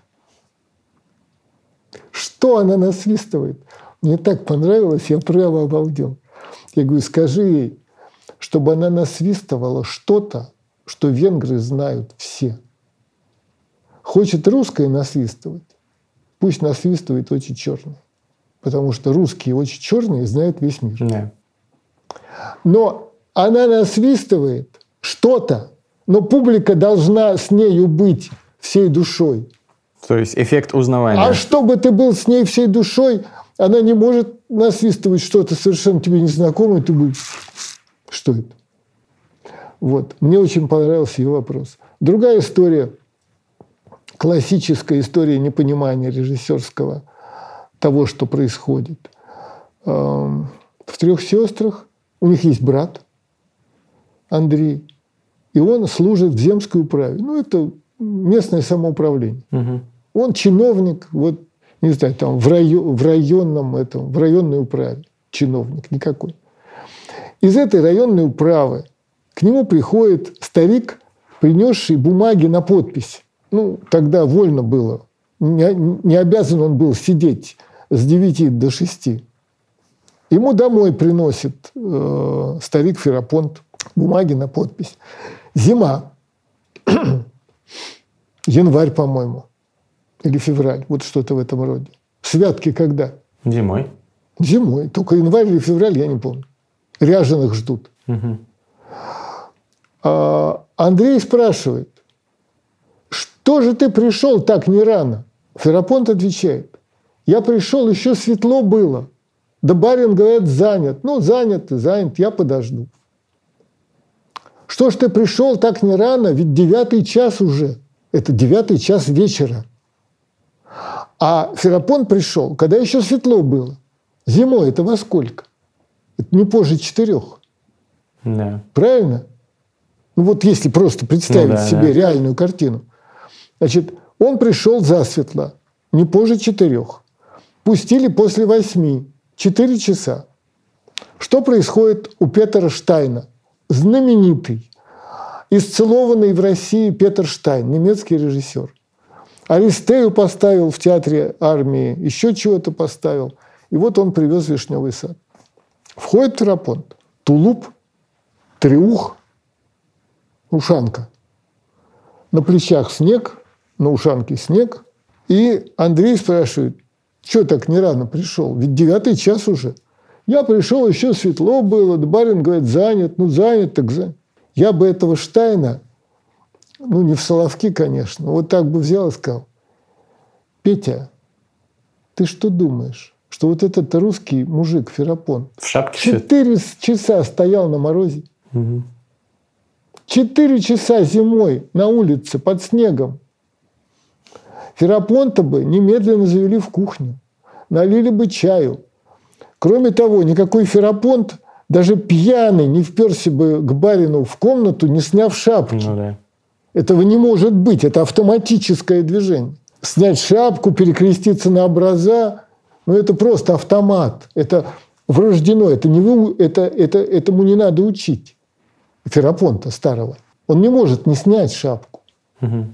Что она насвистывает? Мне так понравилось, я право обалдел. Я говорю, скажи ей, чтобы она насвистывала что-то, что венгры знают все. Хочет русское насвистывать, пусть насвистывает очень черное. Потому что русские очень черные знают весь мир. Yeah. Но она насвистывает что-то, но публика должна с нею быть всей душой. То есть эффект узнавания. А чтобы ты был с ней всей душой, она не может насвистывать что-то совершенно тебе незнакомое, ты будешь... Что это? Вот. Мне очень понравился ее вопрос. Другая история, классическая история непонимания режиссерского того, что происходит. В «Трех сестрах» у них есть брат Андрей, и он служит в земской управе. Ну, это местное самоуправление. Угу. Он чиновник, вот, не знаю, там в, район, в районном этом, в районной управе. Чиновник никакой. Из этой районной управы к нему приходит старик, принесший бумаги на подпись. Ну, тогда вольно было. Не, не обязан он был сидеть с девяти до шести. Ему домой приносит э, старик Ферапонт бумаги на подпись. Зима. Январь, по-моему. Или февраль. Вот что-то в этом роде. Святки когда? Зимой. Зимой. Только январь или февраль, я не помню. Ряженых ждут. Угу. А Андрей спрашивает, что же ты пришел так не рано? Ферапонт отвечает, я пришел, еще светло было. Да барин, говорят, занят. Ну, занят и занят, я подожду. Что ж ты пришел так не рано, ведь девятый час уже. Это девятый час вечера. А Ферапонт пришел, когда еще светло было. Зимой это во сколько? Это не позже четырех. Да. Правильно? Ну вот если просто представить ну, да, себе да. реальную картину. Значит, он пришел засветло, не позже четырех. Пустили после восьми, четыре часа. Что происходит у Петера Штайна? Знаменитый, исцелованный в России Петер Штайн, немецкий режиссер. Аристею поставил в театре армии, еще чего-то поставил. И вот он привез «Вишневый сад». Входит Ферапонт, тулуп, треух, ушанка. На плечах снег, на ушанке снег. И Андрей спрашивает, что так не рано пришел? Ведь девятый час уже. Я пришел, еще светло было. Да барин говорит, занят. Ну, занят, так занят. Я бы этого Штайна, ну, не в Соловки, конечно, вот так бы взял и сказал, Петя, ты что думаешь, что вот этот русский мужик Ферапонт в шапке четыре часа стоял на морозе? Угу. Четыре часа зимой на улице под снегом. Ферапонта бы немедленно завели в кухню, налили бы чаю. Кроме того, никакой Ферапонт, даже пьяный, не вперся бы к барину в комнату, не сняв шапки. Ну, да. Этого не может быть, это автоматическое движение. Снять шапку, перекреститься на образа, ну это просто автомат, это врождено, это не вы, это, это, этому не надо учить. Ферапонта старого. Он не может не снять шапку. Угу.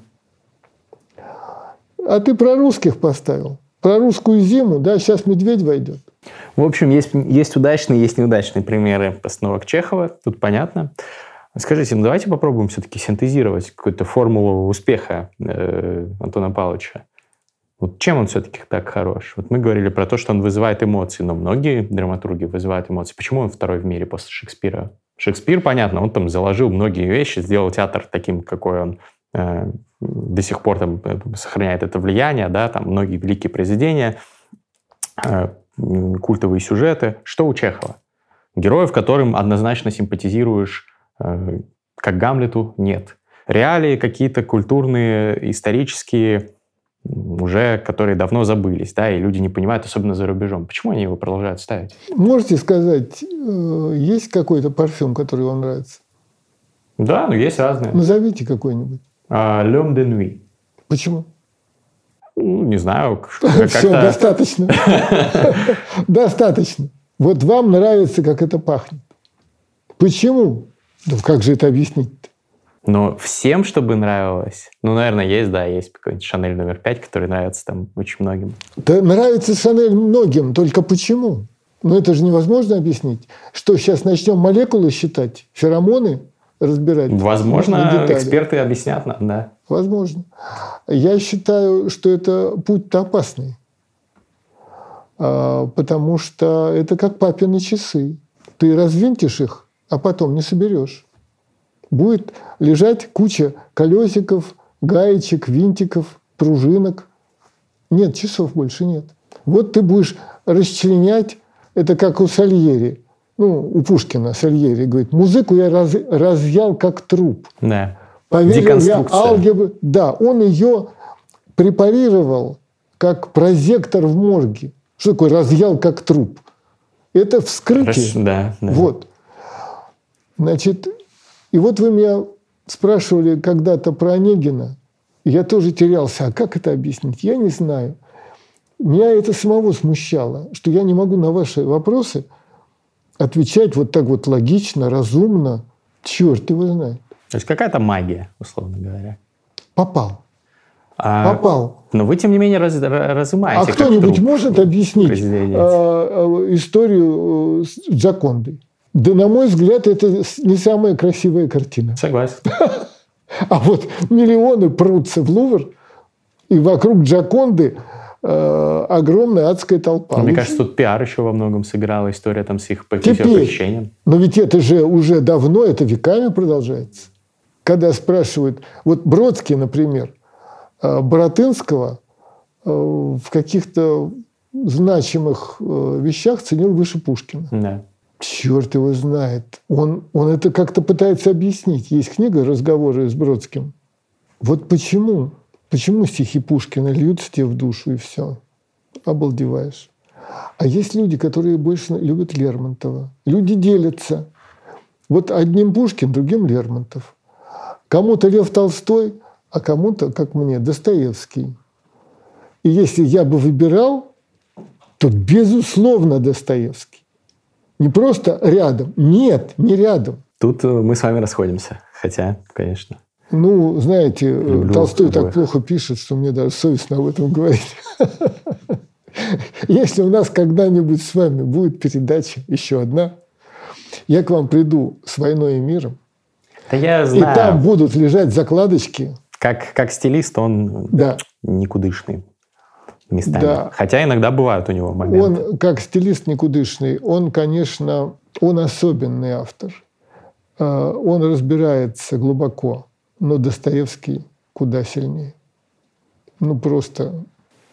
А ты про русских поставил. Про русскую зиму, да, сейчас медведь войдет. В общем, есть, есть удачные, есть неудачные примеры постановок Чехова. Тут понятно. Скажите, ну давайте попробуем все-таки синтезировать какую-то формулу успеха э, Антона Павловича. Вот чем он все-таки так хорош? Вот мы говорили про то, что он вызывает эмоции, но многие драматурги вызывают эмоции. Почему он второй в мире после Шекспира? Шекспир, понятно, он там заложил многие вещи, сделал театр таким, какой он э, до сих пор там сохраняет это влияние, да, там многие великие произведения, э, культовые сюжеты. Что у Чехова? Героев, которым однозначно симпатизируешь, э, как Гамлету, нет. Реалии какие-то культурные, исторические, уже которые давно забылись, да, и люди не понимают, особенно за рубежом. Почему они его продолжают ставить? Можете сказать, есть какой-то парфюм, который вам нравится? Да, ну есть разные. Назовите какой-нибудь. L'homme de nuit. Почему? Ну, не знаю. Все, достаточно. Достаточно. Вот вам нравится, как это пахнет. Почему? Ну, как же это объяснить-то? Но всем, чтобы нравилось? Ну, наверное, есть, да, есть какой-нибудь Шанель номер пять, который нравится там очень многим. Да, нравится Шанель многим, только почему? Ну, это же невозможно объяснить. Что, сейчас начнем молекулы считать, феромоны разбирать? Возможно, эксперты объяснят нам, да. Возможно. Я считаю, что это путь-то опасный. Потому что это как папины часы. Ты развинтишь их, а потом не соберешь. Будет лежать куча колесиков, гаечек, винтиков, пружинок. Нет, часов больше нет. Вот ты будешь расчленять, это как у Сальери, ну, у Пушкина Сальери, говорит, музыку я раз, разъял как труп. Да. Поверил я алгебру. Да, он ее препарировал как прозектор в морге. Что такое разъял как труп? Это вскрытие. Раз, да, да. Вот. Значит, и вот вы меня спрашивали когда-то про Онегина. Я тоже терялся. А как это объяснить? Я не знаю. Меня это самого смущало, что я не могу на ваши вопросы отвечать вот так вот логично, разумно. Черт его знает. То есть какая-то магия, условно говоря. Попал. А, Попал. Но вы, тем не менее, раз, разымаете. А кто-нибудь может объяснить а, историю с Джокондой? Да, на мой взгляд, это не самая красивая картина. Согласен. А вот миллионы прутся в Лувр, и вокруг Джоконды э, огромная адская толпа. Мне кажется, тут пиар еще во многом сыграла, история там с их похищением. Но ведь это же уже давно, это веками продолжается. Когда спрашивают, вот Бродский, например, Баратынского в каких-то значимых вещах ценил выше Пушкина. Да. Черт его знает. Он, он это как-то пытается объяснить. Есть книга «Разговоры с Бродским». Вот почему? Почему стихи Пушкина льются тебе в душу и все? Обалдеваешь. А есть люди, которые больше любят Лермонтова. Люди делятся. Вот одним Пушкин, другим Лермонтов. Кому-то Лев Толстой, а кому-то, как мне, Достоевский. И если я бы выбирал, то, безусловно, Достоевский. Не просто рядом. Нет, не рядом. Тут мы с вами расходимся. Хотя, конечно. Ну, знаете, Люблю Толстой обоих. Так плохо пишет, что мне даже совестно об этом говорить. Если у нас когда-нибудь с вами будет передача, еще одна, я к вам приду с «Войной и миром», да я и знаю. там будут лежать закладочки. Как, как стилист он Да. никудышный местами. Да. Хотя иногда бывают у него моменты. Он, как стилист никудышный, он, конечно, он особенный автор. Он разбирается глубоко, но Достоевский куда сильнее. Ну, просто...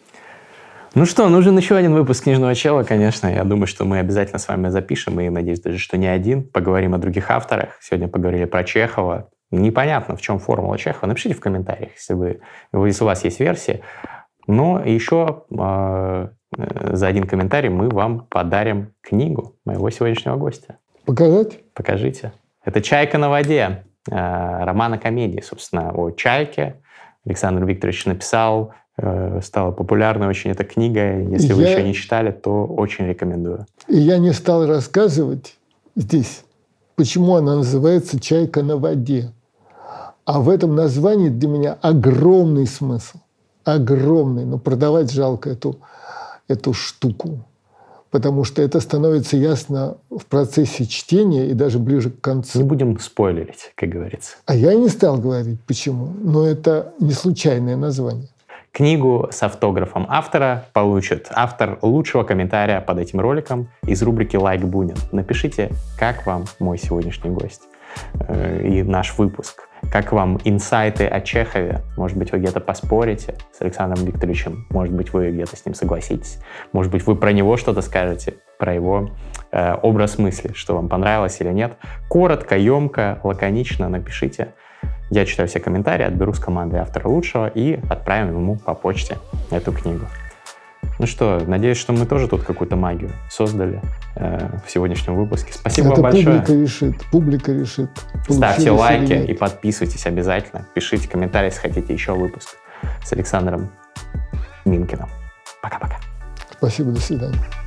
Ну что, нужен еще один выпуск «Книжного чела», конечно. Я думаю, что мы обязательно с вами запишем, и надеюсь даже, что не один. Поговорим о других авторах. Сегодня поговорили про Чехова. Непонятно, в чем формула Чехова. Напишите в комментариях, если, вы, если у вас есть версии. Но еще э, за один комментарий мы вам подарим книгу моего сегодняшнего гостя. Показать? Покажите. Это «Чайка на воде». Э, роман о комедии, собственно, о чайке. Александр Викторович написал. Стала популярной очень эта книга. Если я... вы еще не читали, то очень рекомендую. И я не стал рассказывать здесь, почему она называется «Чайка на воде». А в этом названии для меня огромный смысл. Огромный. Но продавать жалко эту, эту штуку. Потому что это становится ясно в процессе чтения и даже ближе к концу. Не будем спойлерить, как говорится. А я не стал говорить, почему. Но это не случайное название. Книгу с автографом автора получит автор лучшего комментария под этим роликом из рубрики «Лайк Бунин». Напишите, как вам мой сегодняшний гость э, и наш выпуск. Как вам инсайты о Чехове? Может быть, вы где-то поспорите с Александром Викторовичем. Может быть, вы где-то с ним согласитесь. Может быть, вы про него что-то скажете, про его э, образ мысли, что вам понравилось или нет. Коротко, емко, лаконично напишите. Я читаю все комментарии, отберу с команды автора лучшего и отправим ему по почте эту книгу. Ну что, надеюсь, что мы тоже тут какую-то магию создали э, в сегодняшнем выпуске. Спасибо Это вам большое. Публика решит, публика решит. Ставьте лайки и подписывайтесь обязательно. Пишите комментарии, если хотите еще выпуск с Александром Минкиным. Пока-пока. Спасибо, до свидания.